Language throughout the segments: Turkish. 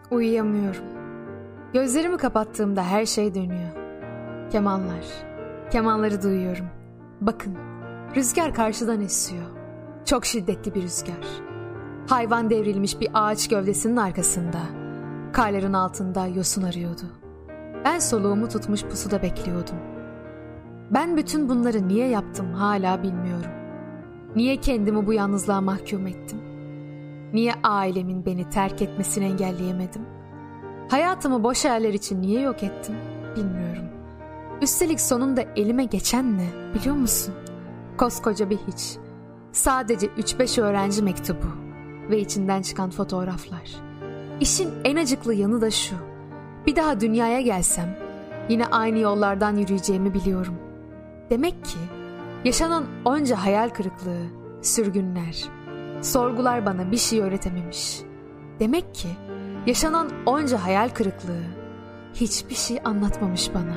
Uyuyamıyorum. Gözlerimi kapattığımda her şey dönüyor. Kemanlar. Kemanları duyuyorum. Bakın, rüzgar karşıdan esiyor. Çok şiddetli bir rüzgar. Hayvan devrilmiş bir ağaç gövdesinin arkasında. Karların altında yosun arıyordu. Ben soluğumu tutmuş pusuda bekliyordum. Ben bütün bunları niye yaptım hala bilmiyorum. Niye kendimi bu yalnızlığa mahkum ettim? Niye ailemin beni terk etmesini engelleyemedim? Hayatımı boş hayaller için niye yok ettim bilmiyorum. Üstelik sonunda elime geçen ne biliyor musun? Koskoca bir hiç. Sadece 3-5 öğrenci mektubu ve içinden çıkan fotoğraflar. İşin en acıklı yanı da şu. Bir daha dünyaya gelsem yine aynı yollardan yürüyeceğimi biliyorum. Demek ki yaşanan onca hayal kırıklığı, sürgünler, sorgular bana bir şey öğretememiş. Demek ki yaşanan onca hayal kırıklığı hiçbir şey anlatmamış bana.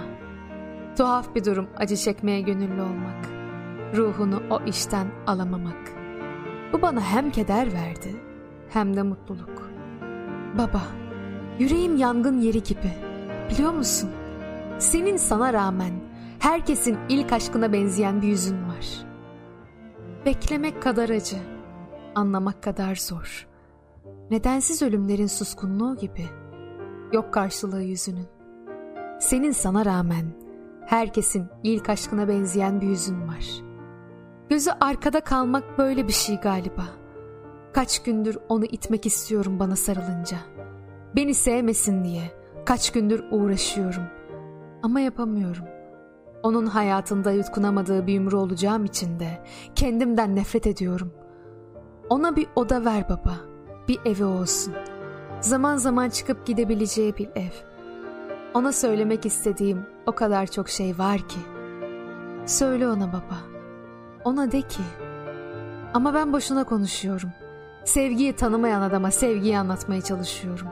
Tuhaf bir durum acı çekmeye gönüllü olmak, ruhunu o işten alamamak. Bu bana hem keder verdi hem de mutluluk. Baba, yüreğim yangın yeri gibi. Biliyor musun? Senin sana rağmen herkesin ilk aşkına benzeyen bir yüzün var. Beklemek kadar acı, anlamak kadar zor. Nedensiz ölümlerin suskunluğu gibi. Yok karşılığı yüzünün. Senin sana rağmen herkesin ilk aşkına benzeyen bir yüzün var. Gözü arkada kalmak böyle bir şey galiba. Kaç gündür onu itmek istiyorum bana sarılınca. Beni sevmesin diye kaç gündür uğraşıyorum. Ama yapamıyorum. Onun hayatında yutkunamadığı bir ömrü olacağım için de kendimden nefret ediyorum. Ona bir oda ver baba. Bir evi olsun. Zaman zaman çıkıp gidebileceği bir ev. Ona söylemek istediğim o kadar çok şey var ki. Söyle ona baba. Ona de ki. Ama ben boşuna konuşuyorum. Sevgiyi tanımayan adama sevgiyi anlatmaya çalışıyorum.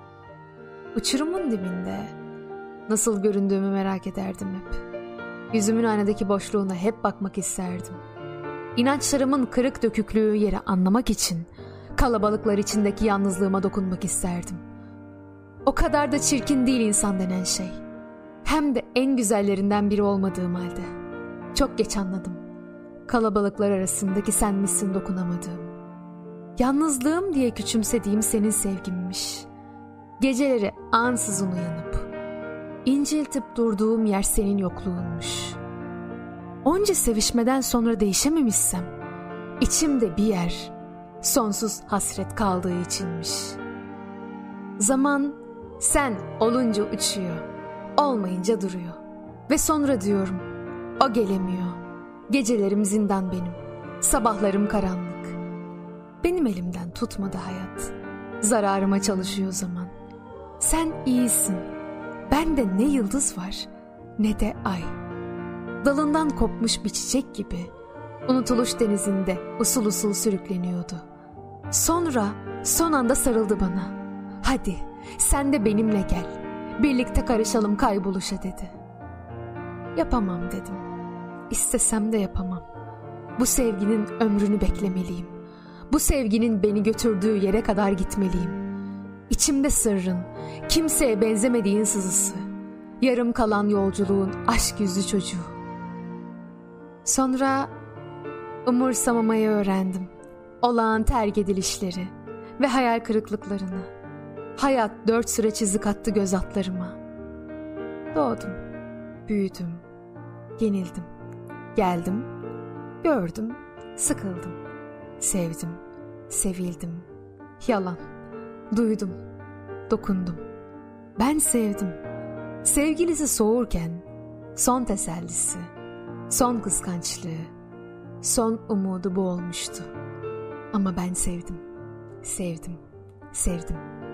Uçurumun dibinde nasıl göründüğümü merak ederdim hep. Yüzümün aynadaki boşluğuna hep bakmak isterdim. İnançlarımın kırık döküklüğü yeri anlamak için kalabalıklar içindeki yalnızlığıma dokunmak isterdim. O kadar da çirkin değil insan denen şey. Hem de en güzellerinden biri olmadığım halde. Çok geç anladım. Kalabalıklar arasındaki sen misin dokunamadığım. Yalnızlığım diye küçümsediğim senin sevgimmiş. Geceleri ansızın uyanıp İnciltip durduğum yer senin yokluğunmuş. Onca sevişmeden sonra değişememişsem içimde bir yer sonsuz hasret kaldığı içinmiş. Zaman sen olunca uçuyor, olmayınca duruyor. Ve sonra diyorum, o gelemiyor. Gecelerim zindan benim, sabahlarım karanlık. Benim elimden tutmadı hayat. Zararıma çalışıyor zaman. Sen iyisin. Bende ne yıldız var ne de ay. Dalından kopmuş bir çiçek gibi unutuluş denizinde usul usul sürükleniyordu. Sonra son anda sarıldı bana. Hadi sen de benimle gel. Birlikte karışalım kayboluşa dedi. Yapamam dedim. İstesem de yapamam. Bu sevginin ömrünü beklemeliyim. Bu sevginin beni götürdüğü yere kadar gitmeliyim. İçimde sırrın, kimseye benzemediğin sızısı, yarım kalan yolculuğun aşk yüzlü çocuğu. Sonra umursamamayı öğrendim. Olağan terk edilişleri ve hayal kırıklıklarını. Hayat 4 süre çizik attı göz altlarıma. Doğdum, büyüdüm, yenildim, geldim, gördüm, sıkıldım, sevdim, sevildim, yalan. Duydum, dokundum. Ben sevdim. Sevgilisi soğurken son tesellisi, son kıskançlığı, son umudu bu olmuştu. Ama ben sevdim, sevdim, sevdim.